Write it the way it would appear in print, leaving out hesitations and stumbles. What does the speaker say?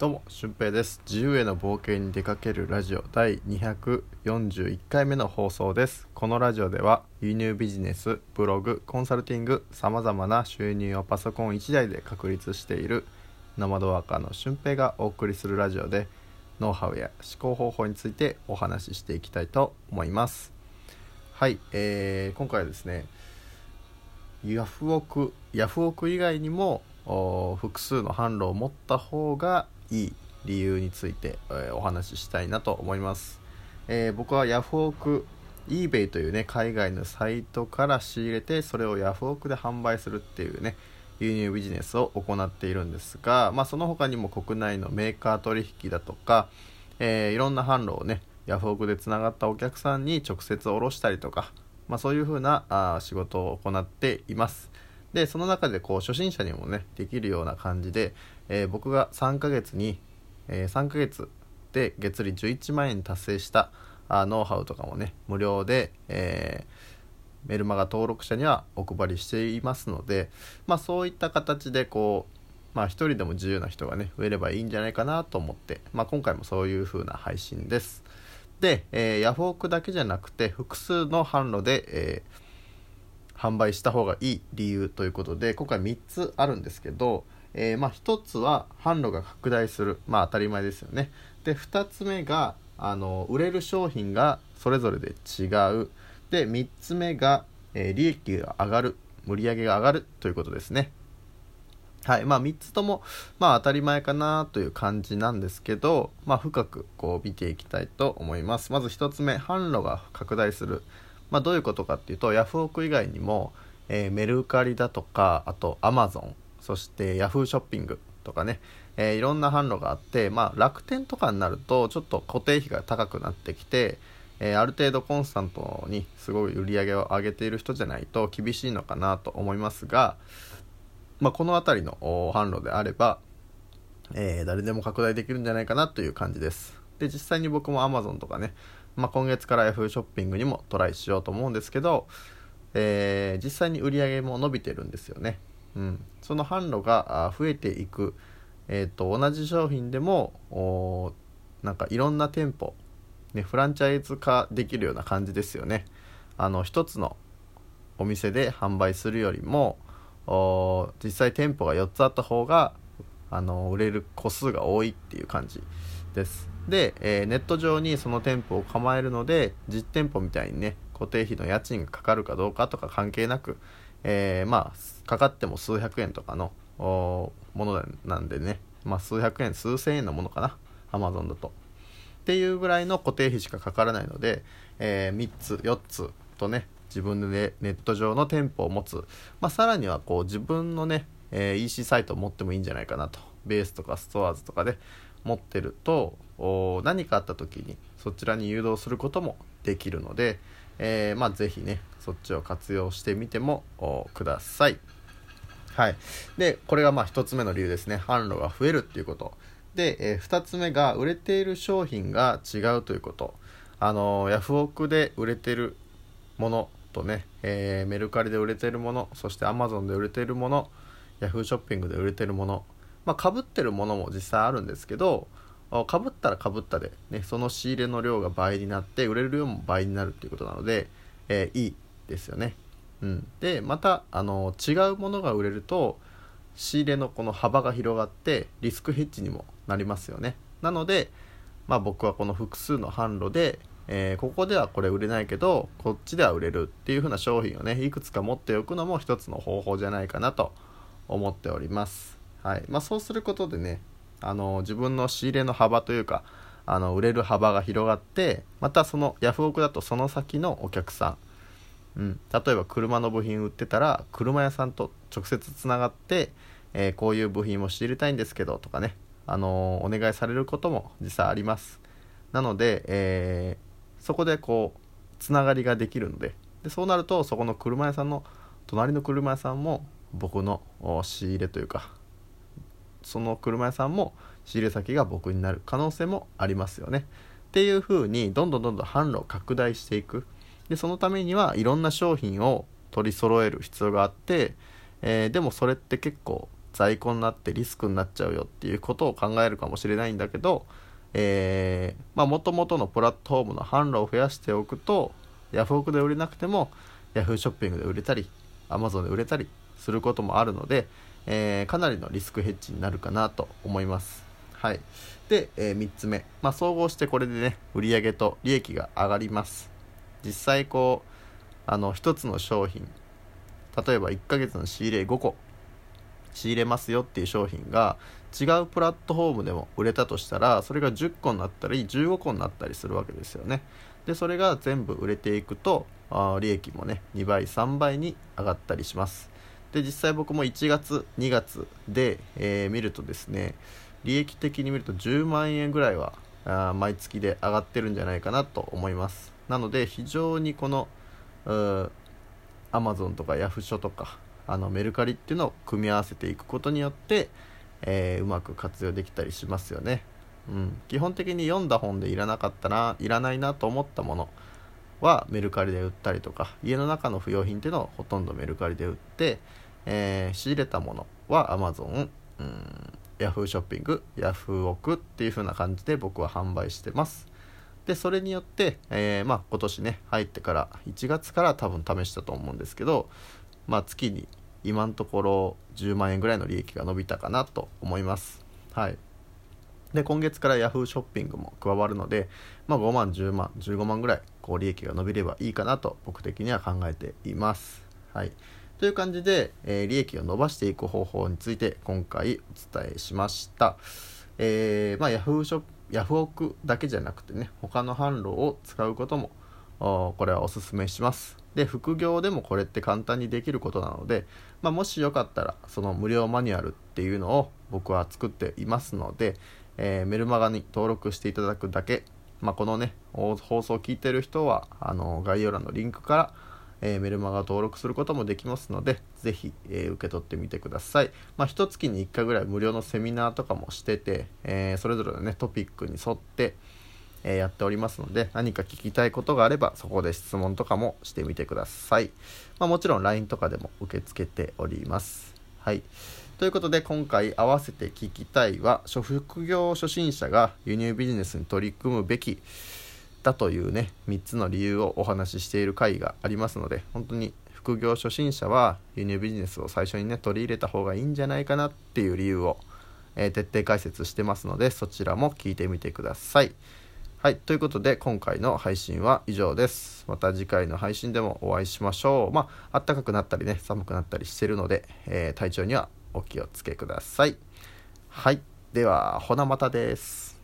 どうも、俊平です。自由への冒険に出かけるラジオ第241回目の放送です。このラジオでは輸入ビジネス、ブログ、コンサルティング、様々な収入をパソコン1台で確立しているノマドワーカーの俊平がお送りするラジオで、ノウハウや思考方法についてお話ししていきたいと思います。はい、今回はですね、ヤフオク以外にも複数の販路を持った方がいい理由について、お話ししたいなと思います。僕はヤフオク、eBay というね海外のサイトから仕入れて、それをヤフオクで販売するっていうね輸入ビジネスを行っているんですが、その他にも国内のメーカー取引だとか、いろんな販路をねヤフオクでつながったお客さんに直接卸したりとか、そういう風な仕事を行っています。でその中で初心者にもねできるような感じで、僕が3ヶ月で月利11万円達成したノウハウとかもね無料で、メルマガ登録者にはお配りしていますので、そういった形で一人でも自由な人がね増えればいいんじゃないかなと思って、今回もそういう風な配信です。で、ヤフオクだけじゃなくて複数の販路で、販売した方がいい理由ということで、今回3つあるんですけど、1つは販路が拡大する、当たり前ですよね。で2つ目が売れる商品がそれぞれで違う。で3つ目が、利益が上がる、売上が上がるということですね。はい、3つとも当たり前かなという感じなんですけど、深く見ていきたいと思います。まず1つ目、販路が拡大する。どういうことかっていうと、ヤフオク以外にも、メルカリだとか、あとアマゾン、そしてヤフーショッピングとかね、いろんな販路があって、楽天とかになるとちょっと固定費が高くなってきて、ある程度コンスタントにすごい売り上げを上げている人じゃないと厳しいのかなと思いますが、このあたりの販路であれば、誰でも拡大できるんじゃないかなという感じです。で実際に僕も Amazon とかね、今月から Yahoo ショッピングにもトライしようと思うんですけど、実際に売り上げも伸びてるんですよね。その販路が増えていく、同じ商品でもいろんな店舗、フランチャイズ化できるような感じですよね。一つのお店で販売するよりも実際店舗が4つあった方が売れる個数が多いっていう感じです。で、ネット上にその店舗を構えるので、実店舗みたいにね固定費の家賃がかかるかどうかとか関係なく、かかっても数百円とかのものなんでね、数百円数千円のものかな、 Amazon だとっていうぐらいの固定費しかかからないので、3つ4つとね自分でネット上の店舗を持つ、さらには自分のね、EC サイトを持ってもいいんじゃないかなと。ベースとかストアーズとかで持ってると何かあった時にそちらに誘導することもできるので、ぜひねそっちを活用してみてもください。はい。でこれが1つ目の理由ですね。販路が増えるっていうことで、2つ目が売れている商品が違うということ。ヤフオクで売れているものとね、メルカリで売れているもの、そして Amazon で売れているもの、ヤフーショッピングで売れているもの、被ってるものも実際あるんですけど、被ったら被ったで、ね、その仕入れの量が倍になって売れる量も倍になるっていうことなので、いいですよね。でまた違うものが売れると仕入れのこの幅が広がってリスクヘッジにもなりますよね。なので、僕はこの複数の販路で、ここではこれ売れないけどこっちでは売れるっていう風な商品をねいくつか持っておくのも一つの方法じゃないかなと思っております。はい。そうすることでね自分の仕入れの幅というか売れる幅が広がって、またそのヤフオクだとその先のお客さん、例えば車の部品売ってたら車屋さんと直接つながって、こういう部品を仕入れたいんですけどとかね、お願いされることも実際あります。なので、そこでつながりができるので、そうなるとそこの車屋さんの隣の車屋さんも僕の仕入れというか、その車屋さんも仕入れ先が僕になる可能性もありますよね。っていう風にどんどん販路を拡大していく。でそのためにはいろんな商品を取り揃える必要があって、でもそれって結構在庫になってリスクになっちゃうよっていうことを考えるかもしれないんだけど、元々のプラットフォームの販路を増やしておくと、ヤフオクで売れなくてもヤフーショッピングで売れたり Amazon で売れたりすることもあるので、かなりのリスクヘッジになるかなと思います。はい。で、3つ目、総合してこれでね、売上と利益が上がります。実際一つの商品、例えば1ヶ月の仕入れ5個仕入れますよっていう商品が違うプラットフォームでも売れたとしたら、それが10個になったり15個になったりするわけですよね。でそれが全部売れていくと利益もね2倍3倍に上がったりします。で実際僕も1月2月で、見るとですね、利益的に見ると10万円ぐらいは毎月で上がってるんじゃないかなと思います。なので非常にこのAmazon とかヤフショとかメルカリっていうのを組み合わせていくことによって、うまく活用できたりしますよね。基本的に読んだ本でいらないなと思ったものはメルカリで売ったりとか、家の中の不要品っていうのをほとんどメルカリで売って、仕入れたものは Amazon、ヤフーショッピング、ヤフオクっていう風な感じで僕は販売してます。でそれによって、今年ね入ってから1月から多分試したと思うんですけど、月に今のところ10万円ぐらいの利益が伸びたかなと思います。はい。で今月から Yahoo ショッピングも加わるので、5万10万15万ぐらい利益が伸びればいいかなと僕的には考えています。はい。という感じで、利益を伸ばしていく方法について今回お伝えしました。ヤフオクだけじゃなくてね、他の販路を使うこともこれはおすすめします。で副業でもこれって簡単にできることなので、もしよかったらその無料マニュアルっていうのを僕は作っていますので、メルマガに登録していただくだけ、このね放送を聞いている人は概要欄のリンクから、メルマガ登録することもできますので、ぜひ、受け取ってみてください。一月に1回ぐらい無料のセミナーとかもしてて、それぞれのねトピックに沿ってやっておりますので、何か聞きたいことがあればそこで質問とかもしてみてください。もちろん LINE とかでも受け付けております。はい。ということで今回合わせて聞きたいは、副業初心者が輸入ビジネスに取り組むべきだというね3つの理由をお話ししている回がありますので、本当に副業初心者は輸入ビジネスを最初にね取り入れた方がいいんじゃないかなっていう理由を、徹底解説してますので、そちらも聞いてみてください。はい。ということで今回の配信は以上です。また次回の配信でもお会いしましょう。暖かくなったりね寒くなったりしてるので、体調にはお気をつけください。はい。ではほなまたです。